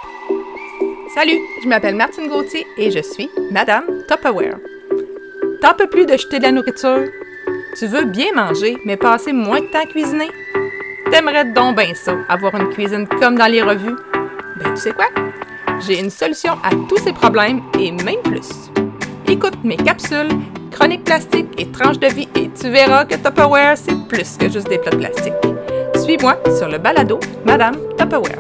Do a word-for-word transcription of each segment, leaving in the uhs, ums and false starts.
Salut, je m'appelle Martine Gauthier et je suis Madame Tupperware. T'en peux plus de jeter de la nourriture? Tu veux bien manger, mais passer moins de temps à cuisiner? T'aimerais donc bien ça, avoir une cuisine comme dans les revues? Ben tu sais quoi? J'ai une solution à tous ces problèmes et même plus. Écoute mes capsules, chroniques plastiques et tranches de vie et tu verras que Tupperware, c'est plus que juste des plats de plastique. Suis-moi sur le balado Madame Tupperware.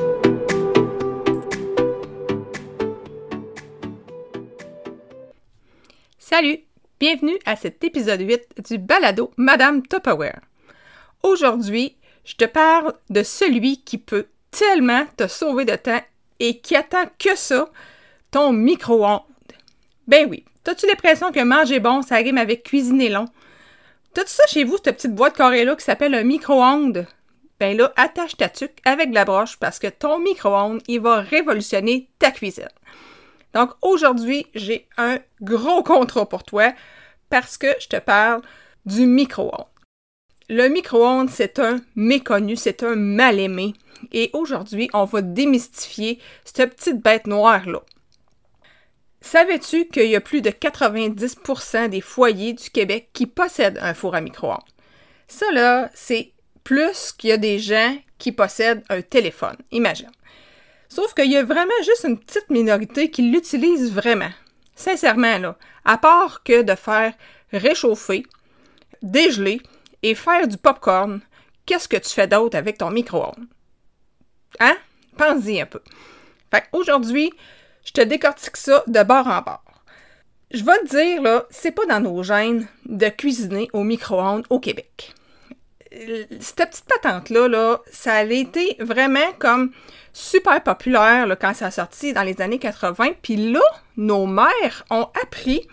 Salut! Bienvenue à cet épisode huit du balado Madame Tupperware. Aujourd'hui, je te parle de celui qui peut tellement te sauver de temps et qui attend que ça, ton micro-ondes. Ben oui, t'as-tu l'impression que manger bon, ça rime avec cuisiner long? T'as-tu ça chez vous, cette petite boîte carrée-là qui s'appelle un micro-ondes? Ben là, attache ta tuque avec de la broche parce que ton micro-ondes, il va révolutionner ta cuisine. Donc aujourd'hui, j'ai un gros contrat pour toi parce que je te parle du micro-ondes. Le micro-ondes, c'est un méconnu, c'est un mal-aimé. Et aujourd'hui, on va démystifier cette petite bête noire-là. Savais-tu qu'il y a plus de quatre-vingt-dix pour cent des foyers du Québec qui possèdent un four à micro-ondes? Ça là, c'est plus qu'il y a des gens qui possèdent un téléphone, imagine. Sauf qu'il y a vraiment juste une petite minorité qui l'utilise vraiment. Sincèrement, là, à part que de faire réchauffer, dégeler et faire du popcorn, qu'est-ce que tu fais d'autre avec ton micro-ondes? Hein? Pense-y un peu. Fait qu'aujourd'hui, je te décortique ça de bord en bord. Je vais te dire, là, c'est pas dans nos gènes de cuisiner au micro-ondes au Québec. Cette petite patente-là, là, ça a été vraiment comme super populaire là, quand ça a sorti dans les années quatre-vingts. Puis là, nos mères ont appris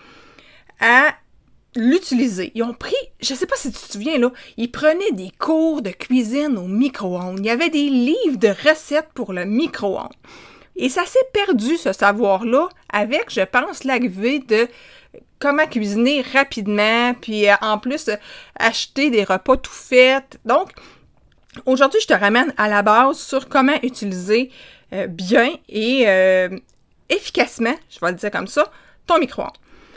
à l'utiliser. Ils ont pris, je sais pas si tu te souviens, là, ils prenaient des cours de cuisine au micro-ondes. Il y avait des livres de recettes pour le micro-ondes. Et ça s'est perdu, ce savoir-là, avec, je pense, l'arrivée de comment cuisiner rapidement, puis euh, en plus, euh, acheter des repas tout faits. Donc, aujourd'hui, je te ramène à la base sur comment utiliser euh, bien et euh, efficacement, je vais le dire comme ça, ton micro-ondes.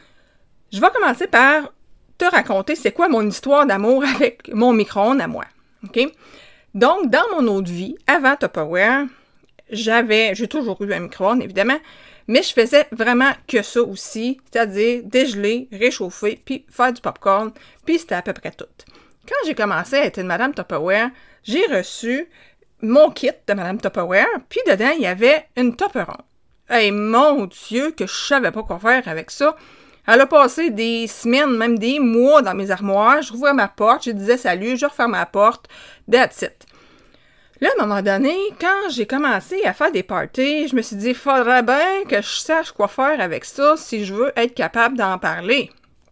Je vais commencer par te raconter c'est quoi mon histoire d'amour avec mon micro-ondes à moi. OK? Donc, dans mon autre vie, avant Tupperware, j'avais, j'ai toujours eu un micro-ondes, évidemment, mais je faisais vraiment que ça aussi, c'est-à-dire dégeler, réchauffer, puis faire du popcorn, puis c'était à peu près tout. Quand j'ai commencé à être une Madame Tupperware, j'ai reçu mon kit de Madame Tupperware, puis dedans, il y avait une Tupperware. Hey, mon Dieu, que je savais pas quoi faire avec ça. Elle a passé des semaines, même des mois dans mes armoires. Je rouvrais ma porte, je disais salut, je referme ma porte, that's it. Là, à un moment donné, quand j'ai commencé à faire des parties, je me suis dit, il faudrait bien que je sache quoi faire avec ça si je veux être capable d'en parler.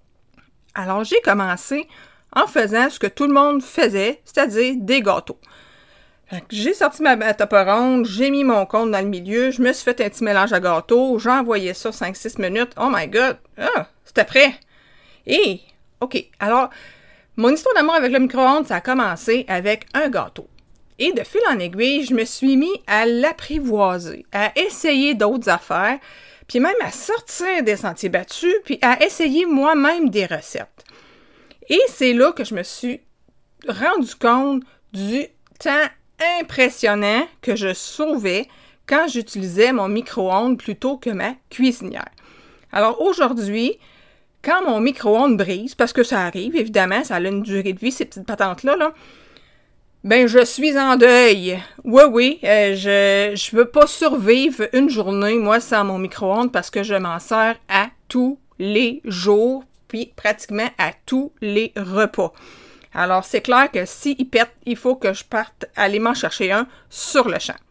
Alors, j'ai commencé en faisant ce que tout le monde faisait, c'est-à-dire des gâteaux. Fait que j'ai sorti ma, ma Tupperware, j'ai mis mon compte dans le milieu, je me suis fait un petit mélange à gâteau, j'ai envoyé ça cinq six minutes. Oh my God! Ah, c'était prêt! Et, OK, alors, mon histoire d'amour avec le micro-ondes, ça a commencé avec un gâteau. Et de fil en aiguille, je me suis mis à l'apprivoiser, à essayer d'autres affaires, puis même à sortir des sentiers battus, puis à essayer moi-même des recettes. Et c'est là que je me suis rendu compte du temps impressionnant que je sauvais quand j'utilisais mon micro-ondes plutôt que ma cuisinière. Alors aujourd'hui, quand mon micro-ondes brise, parce que ça arrive, évidemment, ça a une durée de vie, ces petites patentes-là, là, ben, je suis en deuil. Oui, oui, euh, je je veux pas survivre une journée, moi, sans mon micro-ondes parce que je m'en sers à tous les jours, puis pratiquement à tous les repas. Alors, c'est clair que s'il pète, il faut que je parte aller m'en chercher un sur le champ.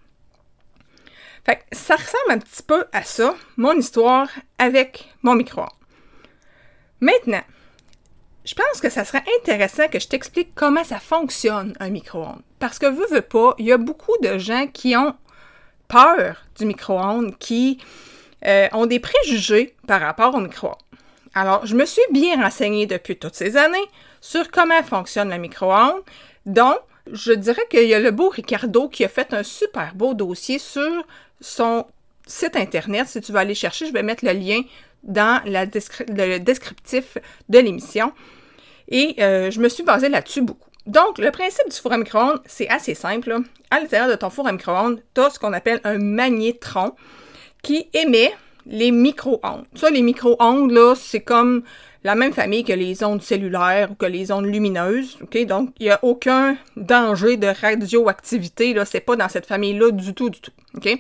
Fait que ça ressemble un petit peu à ça, mon histoire avec mon micro-ondes. Maintenant, je pense que ça serait intéressant que je t'explique comment ça fonctionne, un micro-ondes. Parce que, veux, veux pas, il y a beaucoup de gens qui ont peur du micro-ondes, qui euh, ont des préjugés par rapport au micro-ondes. Alors, je me suis bien renseignée depuis toutes ces années sur comment fonctionne le micro-ondes, dont je dirais qu'il y a le beau Ricardo qui a fait un super beau dossier sur son site internet. Si tu veux aller chercher, je vais mettre le lien dans la descri- le descriptif de l'émission. Et euh, je me suis basée là-dessus beaucoup. Donc, le principe du four à micro-ondes, c'est assez simple, là. À l'intérieur de ton four à micro-ondes, tu as ce qu'on appelle un magnétron qui émet les micro-ondes. Ça, les micro-ondes, là, c'est comme la même famille que les ondes cellulaires ou que les ondes lumineuses, OK? Donc, il n'y a aucun danger de radioactivité, là. C'est pas dans cette famille-là du tout, du tout, OK?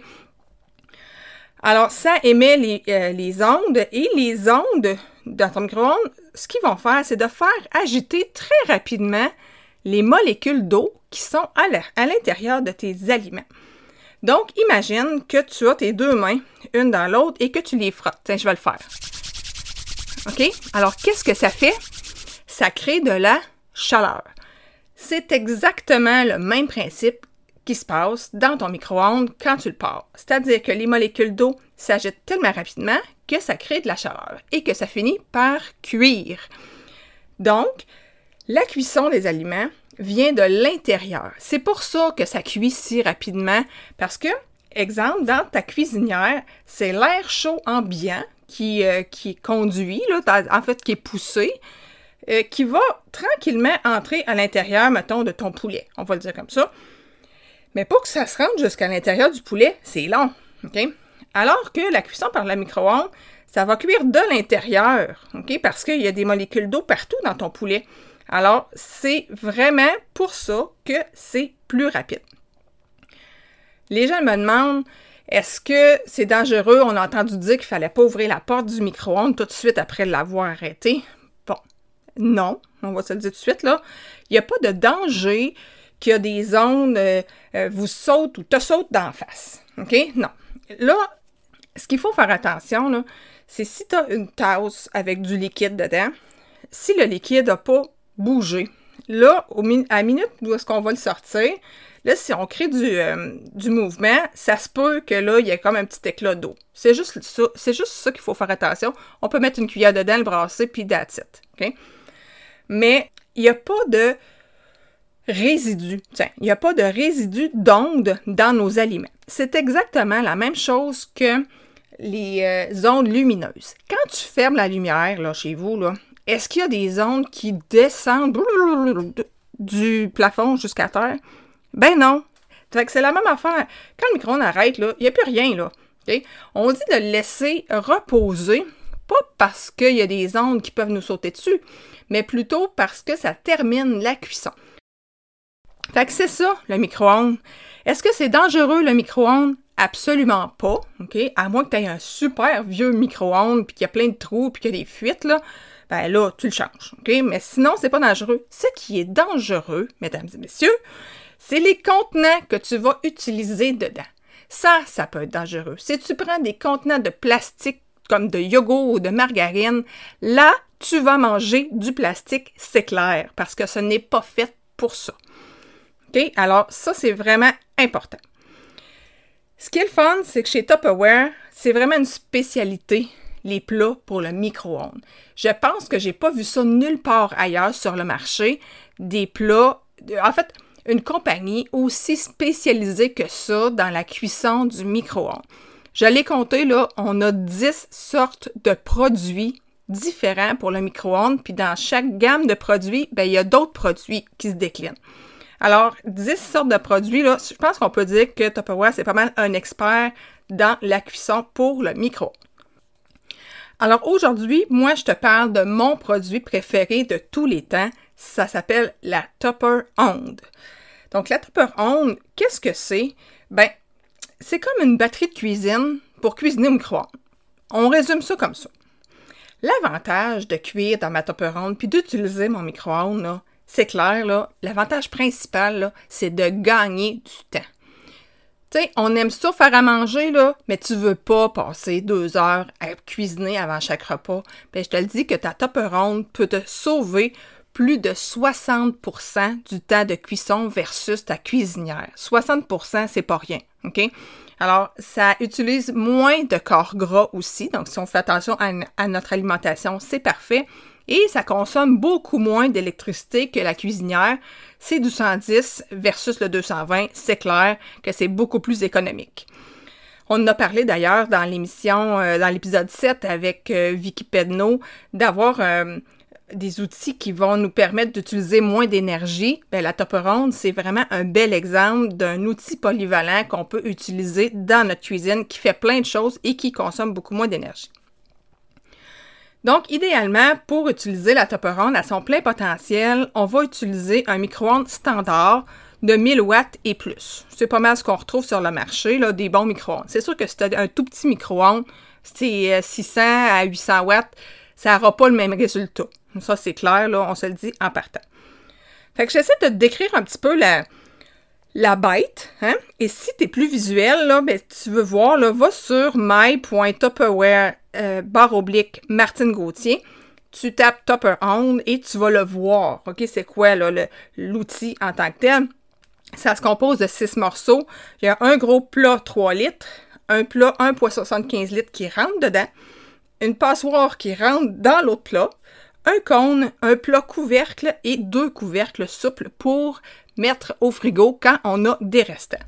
Alors, ça émet les, euh, les ondes, et les ondes dans ton micro-ondes, ce qu'ils vont faire, c'est de faire agiter très rapidement les molécules d'eau qui sont à, la, à l'intérieur de tes aliments. Donc, imagine que tu as tes deux mains, une dans l'autre, et que tu les frottes. Tiens, je vais le faire. OK? Alors, qu'est-ce que ça fait? Ça crée de la chaleur. C'est exactement le même principe qui se passe dans ton micro-ondes quand tu le pars. C'est-à-dire que les molécules d'eau s'agitent tellement rapidement que ça crée de la chaleur et que ça finit par cuire. Donc, la cuisson des aliments vient de l'intérieur. C'est pour ça que ça cuit si rapidement, parce que, exemple, dans ta cuisinière, c'est l'air chaud ambiant qui, euh, qui conduit, là, en fait, qui est poussé, euh, qui va tranquillement entrer à l'intérieur, mettons, de ton poulet. On va le dire comme ça. Mais pour que ça se rende jusqu'à l'intérieur du poulet, c'est long, OK? Alors que la cuisson par la micro-ondes, ça va cuire de l'intérieur, OK? Parce qu'il y a des molécules d'eau partout dans ton poulet. Alors, c'est vraiment pour ça que c'est plus rapide. Les gens me demandent, est-ce que c'est dangereux? On a entendu dire qu'il ne fallait pas ouvrir la porte du micro-ondes tout de suite après l'avoir arrêté. Bon, non, on va se le dire tout de suite, là. Il n'y a pas de danger qu'il y a des ondes euh, euh, vous sautent ou te sautent d'en face. OK? Non. Là, ce qu'il faut faire attention, là, c'est si tu as une tasse avec du liquide dedans, si le liquide n'a pas bougé, là, au min- à la minute où est-ce qu'on va le sortir, là, si on crée du, euh, du mouvement, ça se peut que là, il y ait comme un petit éclat d'eau. C'est juste ça, c'est juste ça qu'il faut faire attention. On peut mettre une cuillère dedans, le brasser, puis that's it. OK? Mais il n'y a pas de résidus. Tiens, il n'y a pas de résidus d'ondes dans nos aliments. C'est exactement la même chose que les euh, ondes lumineuses. Quand tu fermes la lumière, là, chez vous, là, est-ce qu'il y a des ondes qui descendent du plafond jusqu'à terre? Ben non. Fait que c'est la même affaire. Quand le micro-ondes arrête, là, il n'y a plus rien, là. Okay? On dit de le laisser reposer, pas parce qu'il y a des ondes qui peuvent nous sauter dessus, mais plutôt parce que ça termine la cuisson. Fait que c'est ça, le micro-ondes. Est-ce que c'est dangereux, le micro-ondes? Absolument pas, OK? À moins que tu aies un super vieux micro-ondes, puis qu'il y a plein de trous, puis qu'il y a des fuites, là, ben là, tu le changes, OK? Mais sinon, c'est pas dangereux. Ce qui est dangereux, mesdames et messieurs, c'est les contenants que tu vas utiliser dedans. Ça, ça peut être dangereux. Si tu prends des contenants de plastique, comme de yogourt ou de margarine, là, tu vas manger du plastique, c'est clair, parce que ce n'est pas fait pour ça. OK? Alors, ça, c'est vraiment important. Ce qui est le fun, c'est que chez Tupperware, c'est vraiment une spécialité, les plats pour le micro-ondes. Je pense que j'ai pas vu ça nulle part ailleurs sur le marché, des plats, en fait, une compagnie aussi spécialisée que ça dans la cuisson du micro-ondes. Je l'ai compté, là, on a dix sortes de produits différents pour le micro-ondes, puis dans chaque gamme de produits, ben, il y a d'autres produits qui se déclinent. Alors, dix sortes de produits, là, je pense qu'on peut dire que Tupperware, c'est pas mal un expert dans la cuisson pour le micro. Alors aujourd'hui, moi, je te parle de mon produit préféré de tous les temps. Ça s'appelle la Tupper-Onde. Donc, la Tupper-Onde, qu'est-ce que c'est? Ben, c'est comme une batterie de cuisine pour cuisiner au micro-ondes. On résume ça comme ça. L'avantage de cuire dans ma Tupper-Onde puis d'utiliser mon micro-ondes, là, c'est clair, là, l'avantage principal, là, c'est de gagner du temps. Tu sais, on aime ça faire à manger, là, mais tu veux pas passer deux heures à cuisiner avant chaque repas. Bien, je te le dis que ta Tupper-Onde peut te sauver plus de soixante pour cent du temps de cuisson versus ta cuisinière. soixante pour cent, c'est pas rien, OK? Alors, ça utilise moins de corps gras aussi, donc si on fait attention à, à notre alimentation, c'est parfait. Et ça consomme beaucoup moins d'électricité que la cuisinière. c'est du cent dix versus le deux cent vingt, c'est clair que c'est beaucoup plus économique. On en a parlé d'ailleurs dans l'émission, euh, dans l'épisode sept avec euh, Vicky Pedneau, d'avoir euh, des outils qui vont nous permettre d'utiliser moins d'énergie. Bien, la Tupper Ronde, c'est vraiment un bel exemple d'un outil polyvalent qu'on peut utiliser dans notre cuisine, qui fait plein de choses et qui consomme beaucoup moins d'énergie. Donc, idéalement, pour utiliser la Tupper Ronde à son plein potentiel, on va utiliser un micro-ondes standard de mille watts et plus. C'est pas mal ce qu'on retrouve sur le marché, là, des bons micro-ondes. C'est sûr que si tu as un tout petit micro-ondes, c'est six cents à huit cents watts, ça n'aura pas le même résultat. Ça, c'est clair, là, on se le dit en partant. Fait que j'essaie de te décrire un petit peu la, la bête, hein? Et si tu es plus visuel, là, ben, tu veux voir, là, va sur my.tupperware euh, barre oblique Martine Gauthier. Tu tapes Tupper Ronde et tu vas le voir. OK, c'est quoi là, le, l'outil en tant que tel? Ça se compose de six morceaux. Il y a un gros plat trois litres, un plat un virgule soixante-quinze litres qui rentre dedans, une passoire qui rentre dans l'autre plat, un cône, un plat couvercle et deux couvercles souples pour mettre au frigo quand on a des restants.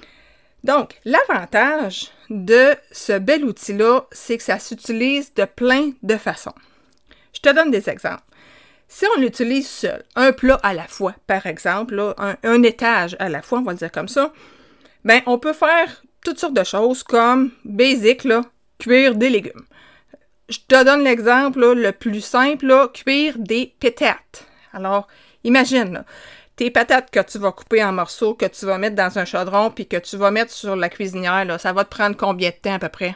Donc, l'avantage de ce bel outil-là, c'est que ça s'utilise de plein de façons. Je te donne des exemples. Si on l'utilise seul, un plat à la fois, par exemple, là, un, un étage à la fois, on va le dire comme ça, bien, on peut faire toutes sortes de choses comme, basic, là, cuire des légumes. Je te donne l'exemple là, le plus simple, là, cuire des patates. Alors, imagine, là, tes patates que tu vas couper en morceaux, que tu vas mettre dans un chaudron, puis que tu vas mettre sur la cuisinière, là, ça va te prendre combien de temps à peu près?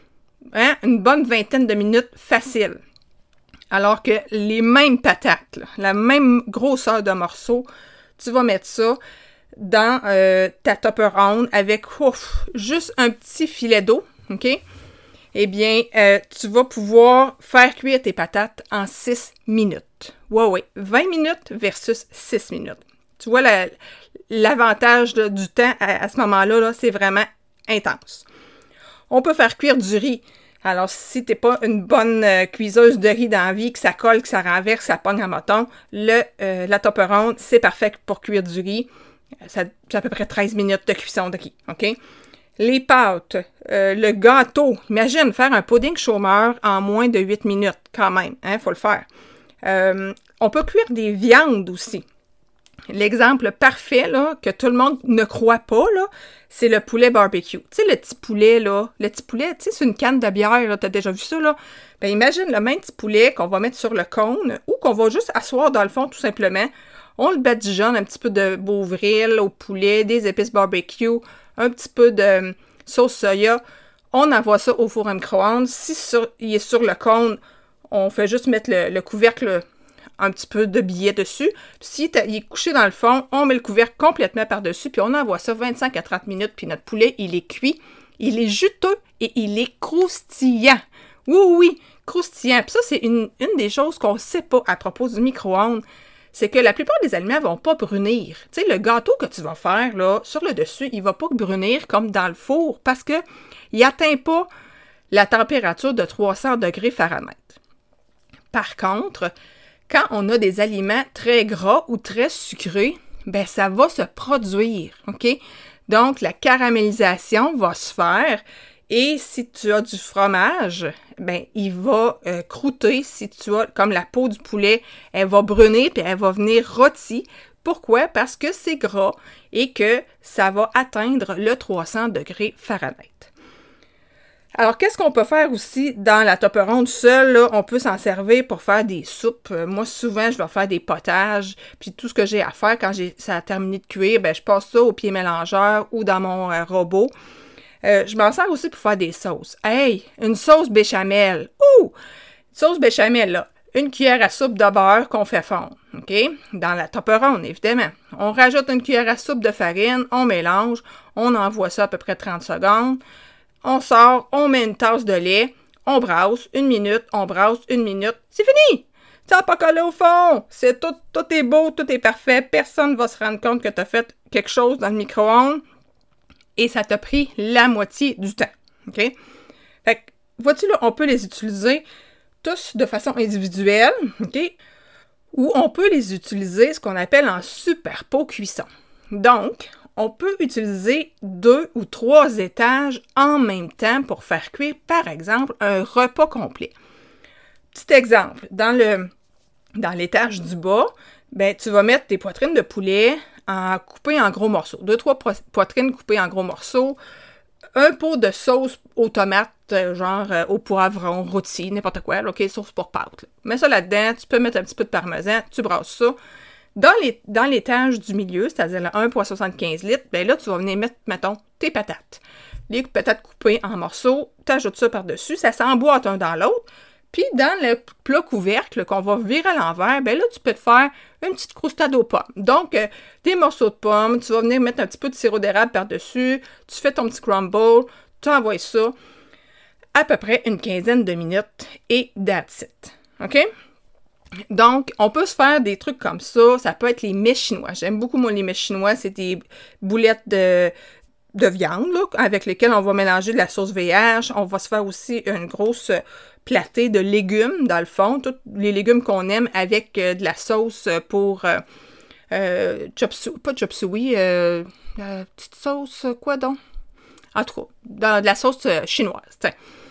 Hein? Une bonne vingtaine de minutes facile. Alors que les mêmes patates, là, la même grosseur de morceaux, tu vas mettre ça dans euh, ta Tupper Ronde avec ouf, juste un petit filet d'eau, OK? Eh bien, euh, tu vas pouvoir faire cuire tes patates en six minutes. Ouais, ouais, vingt minutes versus six minutes. Tu vois, la, l'avantage là, du temps à, à ce moment-là, là, c'est vraiment intense. On peut faire cuire du riz. Alors, si t'es pas une bonne euh, cuiseuse de riz dans la vie, que ça colle, que ça renverse, ça pogne en moton, le, euh, la Tupper Ronde, c'est parfait pour cuire du riz. Ça, c'est à peu près treize minutes de cuisson de riz, OK? Les pâtes, euh, le gâteau. Imagine, faire un pudding chômeur en moins de huit minutes, quand même, hein, faut le faire. Euh, on peut cuire des viandes aussi. L'exemple parfait, là, que tout le monde ne croit pas, là, c'est le poulet barbecue. Tu sais, le petit poulet, là, le petit poulet, tu sais, c'est une canne de bière, là, t'as déjà vu ça, là? Ben, imagine le même petit poulet qu'on va mettre sur le cône ou qu'on va juste asseoir dans le fond, tout simplement. On le badigeonne, un petit peu de Beauvril au poulet, des épices barbecue, un petit peu de sauce soya. On envoie ça au four à micro-ondes. Si sur, il est sur le cône, on fait juste mettre le, le couvercle, un petit peu de billet dessus. Si il est couché dans le fond, on met le couvercle complètement par-dessus, puis on envoie ça vingt-cinq à trente minutes, puis notre poulet, il est cuit, il est juteux et il est croustillant. Oui, oui, croustillant. Puis ça, c'est une, une des choses qu'on ne sait pas à propos du micro-ondes. C'est que la plupart des aliments ne vont pas brunir. Tu sais, le gâteau que tu vas faire, là, sur le dessus, il ne va pas brunir comme dans le four parce qu'il n'atteint pas la température de trois cents degrés Fahrenheit. Par contre, quand on a des aliments très gras ou très sucrés, ben ça va se produire, OK? Donc, la caramélisation va se faire. Et si tu as du fromage, ben il va euh, croûter. Si tu as, comme la peau du poulet, elle va brunir puis elle va venir rôtie. Pourquoi? Parce que c'est gras et que ça va atteindre le trois cents degrés Fahrenheit. Alors, qu'est-ce qu'on peut faire aussi dans la Tupper Ronde seule? Là, on peut s'en servir pour faire des soupes. Euh, moi, souvent, je vais faire des potages. Puis tout ce que j'ai à faire quand j'ai, ça a terminé de cuire, ben je passe ça au pied mélangeur ou dans mon euh, robot. Euh, je m'en sers aussi pour faire des sauces. Hey, une sauce béchamel. Ouh! Sauce béchamel, là. Une cuillère à soupe de beurre qu'on fait fondre. OK? Dans la Tupper Ronde, évidemment. On rajoute une cuillère à soupe de farine, on mélange, on envoie ça à peu près trente secondes. On sort, on met une tasse de lait, on brasse une minute, on brasse une minute. C'est fini! Ça n'a pas collé au fond! C'est tout, tout est beau, tout est parfait. Personne ne va se rendre compte que tu as fait quelque chose dans le micro-ondes. Et ça t'a pris la moitié du temps, OK? Fait que, vois-tu, là, on peut les utiliser tous de façon individuelle, OK? Ou on peut les utiliser ce qu'on appelle en superpot cuisson. Donc, on peut utiliser deux ou trois étages en même temps pour faire cuire, par exemple, un repas complet. Petit exemple, dans le dans l'étage du bas, ben, tu vas mettre tes poitrines de poulet en coupées en gros morceaux. Deux, trois po- poitrines coupées en gros morceaux, un pot de sauce aux tomates, genre euh, au poivron, rôti, n'importe quoi, là, OK, sauce pour pâtes. Là. Mets ça là-dedans, tu peux mettre un petit peu de parmesan, tu brasses ça. Dans, les, dans l'étage du milieu, c'est-à-dire le un virgule soixante-quinze litres, ben là, tu vas venir mettre, mettons, tes patates. Les patates coupées en morceaux, tu ajoutes ça par-dessus, ça s'emboîte un dans l'autre. Puis dans le plat couvercle qu'on va virer à l'envers, ben là, tu peux te faire une petite croustade aux pommes. Donc, euh, des morceaux de pommes, tu vas venir mettre un petit peu de sirop d'érable par-dessus, tu fais ton petit crumble, tu envoies ça à peu près une quinzaine de minutes et that's it. OK? Donc, on peut se faire des trucs comme ça. Ça peut être les mets chinois. J'aime beaucoup, moi, les mets chinois. C'est des boulettes de... de viande, là, avec lesquelles on va mélanger de la sauce V H. On va se faire aussi une grosse platée de légumes, dans le fond. Tous les légumes qu'on aime avec euh, de la sauce pour euh, euh, chop suey, pas chop suey, euh, euh, petite sauce, quoi donc? En tout cas, dans de la sauce euh, chinoise. T'sais.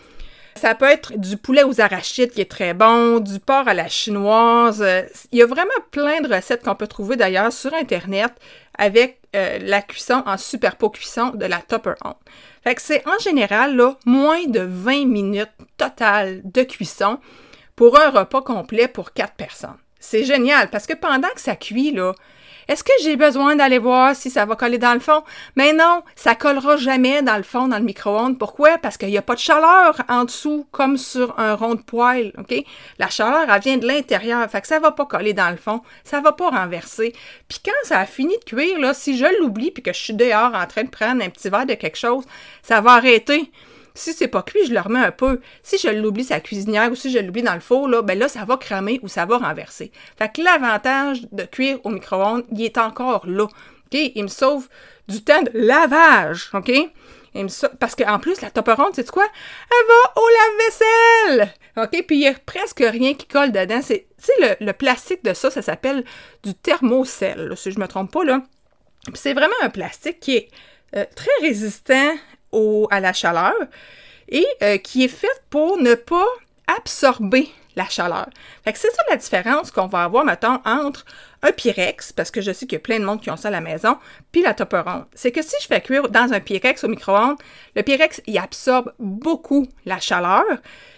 Ça peut être du poulet aux arachides qui est très bon, du porc à la chinoise. Il y a vraiment plein de recettes qu'on peut trouver d'ailleurs sur Internet avec euh, la cuisson en superpot cuisson de la Tupper Own. Fait que c'est en général là, moins de vingt minutes totales de cuisson pour un repas complet pour quatre personnes. C'est génial parce que pendant que ça cuit, là, est-ce que j'ai besoin d'aller voir si ça va coller dans le fond? Mais non, ça collera jamais dans le fond, dans le micro-ondes. Pourquoi? Parce qu'il n'y a pas de chaleur en dessous, comme sur un rond de poêle, OK? La chaleur, elle vient de l'intérieur, fait que ça va pas coller dans le fond, ça va pas renverser. Puis quand ça a fini de cuire, là, si je l'oublie puis que je suis dehors en train de prendre un petit verre de quelque chose, ça va arrêter. Si c'est pas cuit, je le remets un peu. Si je l'oublie sa cuisinière ou si je l'oublie dans le four, là, ben là, ça va cramer ou ça va renverser. Fait que l'avantage de cuire au micro-ondes, il est encore là. OK? Il me sauve du temps de lavage. OK? Il me sauve... Parce qu'en plus, la Tupper Own, c'est quoi? Elle va au lave-vaisselle! OK? Puis il n'y a presque rien qui colle dedans. C'est, tu sais, le, le plastique de ça, ça s'appelle du thermocell, là, si je me trompe pas, là. Puis c'est vraiment un plastique qui est euh, très résistant Au, à la chaleur et euh, qui est faite pour ne pas absorber la chaleur. Fait que c'est ça la différence qu'on va avoir, mettons, entre un Pyrex, parce que je sais qu'il y a plein de monde qui ont ça à la maison, puis la Tupper Own. C'est que si je fais cuire dans un Pyrex au micro-ondes, le Pyrex, il absorbe beaucoup la chaleur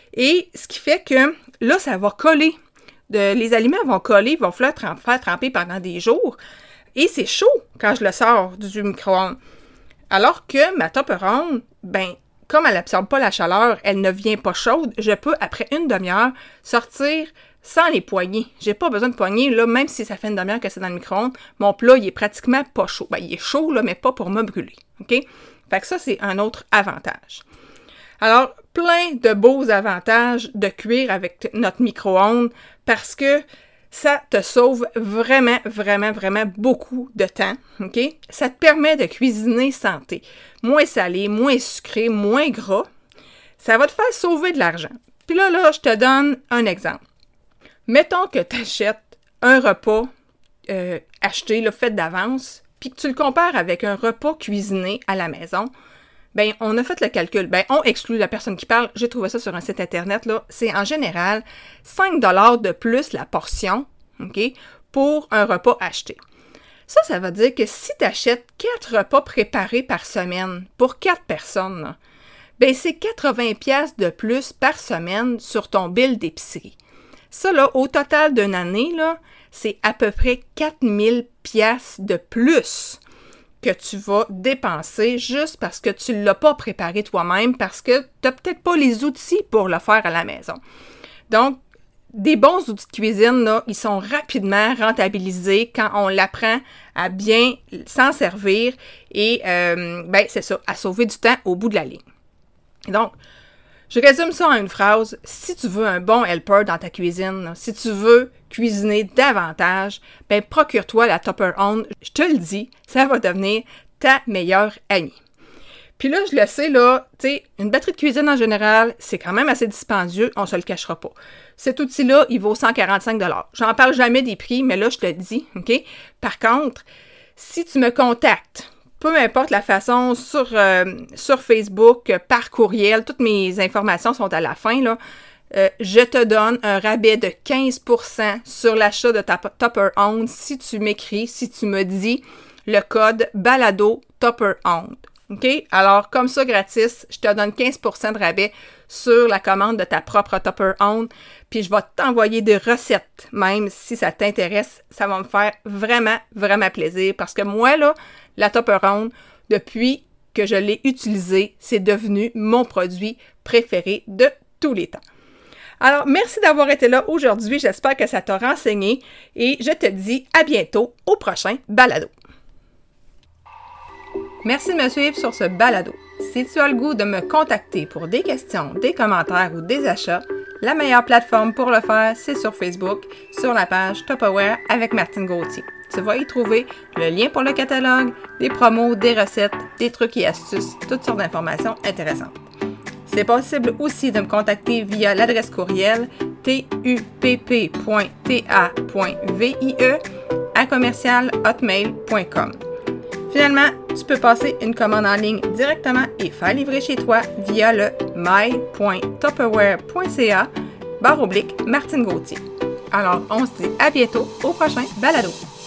et ce qui fait que là, ça va coller. De, les aliments vont coller, vont faire tremper, faire tremper pendant des jours et c'est chaud quand je le sors du micro-ondes. Alors que ma Tupper Own, ben, comme elle n'absorbe pas la chaleur, elle ne vient pas chaude, je peux, après une demi-heure, sortir sans les poignées. J'ai pas besoin de poignées, là, même si ça fait une demi-heure que c'est dans le micro-ondes, mon plat, il est pratiquement pas chaud. Ben, il est chaud, là, mais pas pour me brûler, OK? Fait que ça, c'est un autre avantage. Alors, plein de beaux avantages de cuire avec notre micro-ondes parce que ça te sauve vraiment, vraiment, vraiment beaucoup de temps, OK? Ça te permet de cuisiner santé. Moins salé, moins sucré, moins gras. Ça va te faire sauver de l'argent. Puis là, là, je te donne un exemple. Mettons que tu achètes un repas euh, acheté, là, fait d'avance, puis que tu le compares avec un repas cuisiné à la maison. Bien, on a fait le calcul. Bien, on exclut la personne qui parle. J'ai trouvé ça sur un site Internet, là. C'est en général cinq dollars de plus la portion, OK, pour un repas acheté. Ça, ça veut dire que si tu achètes quatre repas préparés par semaine pour quatre personnes, là, bien, c'est quatre-vingts dollars de plus par semaine sur ton bill d'épicerie. Ça, là, au total d'une année, là, c'est à peu près quatre mille dollars de plus que tu vas dépenser juste parce que tu ne l'as pas préparé toi-même, parce que tu n'as peut-être pas les outils pour le faire à la maison. Donc, des bons outils de cuisine, là, ils sont rapidement rentabilisés quand on l'apprend à bien s'en servir et, euh, ben, c'est ça, à sauver du temps au bout de la ligne. Donc, je résume ça en une phrase. Si tu veux un bon helper dans ta cuisine, là, si tu veux cuisiner davantage, ben procure-toi la Tupper Own. Je te le dis, ça va devenir ta meilleure amie. Puis là, je le sais, là, tu sais, une batterie de cuisine en général, c'est quand même assez dispendieux, on se le cachera pas. Cet outil-là, il vaut cent quarante-cinq dollars. J'en parle jamais des prix, mais là, je te le dis, OK? Par contre, si tu me contactes, peu importe la façon, sur, euh, sur Facebook, par courriel, toutes mes informations sont à la fin, là, euh, je te donne un rabais de quinze pour cent sur l'achat de ta Tupper Onde si tu m'écris, si tu me dis le code balado Tupper Onde. OK? Alors, comme ça, gratis, je te donne quinze pour cent de rabais sur la commande de ta propre Tupper Onde, puis je vais t'envoyer des recettes, même si ça t'intéresse. Ça va me faire vraiment, vraiment plaisir, parce que moi, là, la Tupper Onde, depuis que je l'ai utilisée, c'est devenu mon produit préféré de tous les temps. Alors, merci d'avoir été là aujourd'hui. J'espère que ça t'a renseigné et je te dis à bientôt au prochain balado. Merci de me suivre sur ce balado. Si tu as le goût de me contacter pour des questions, des commentaires ou des achats, la meilleure plateforme pour le faire, c'est sur Facebook, sur la page Tupperware avec Martine Gauthier. Tu vas y trouver le lien pour le catalogue, des promos, des recettes, des trucs et astuces, toutes sortes d'informations intéressantes. C'est possible aussi de me contacter via l'adresse courriel tupp point ta point vie à commercial hotmail point com. Finalement, tu peux passer une commande en ligne directement et faire livrer chez toi via le my point tupperware point c a barre oblique Martine Gauthier. Alors, on se dit à bientôt au prochain balado.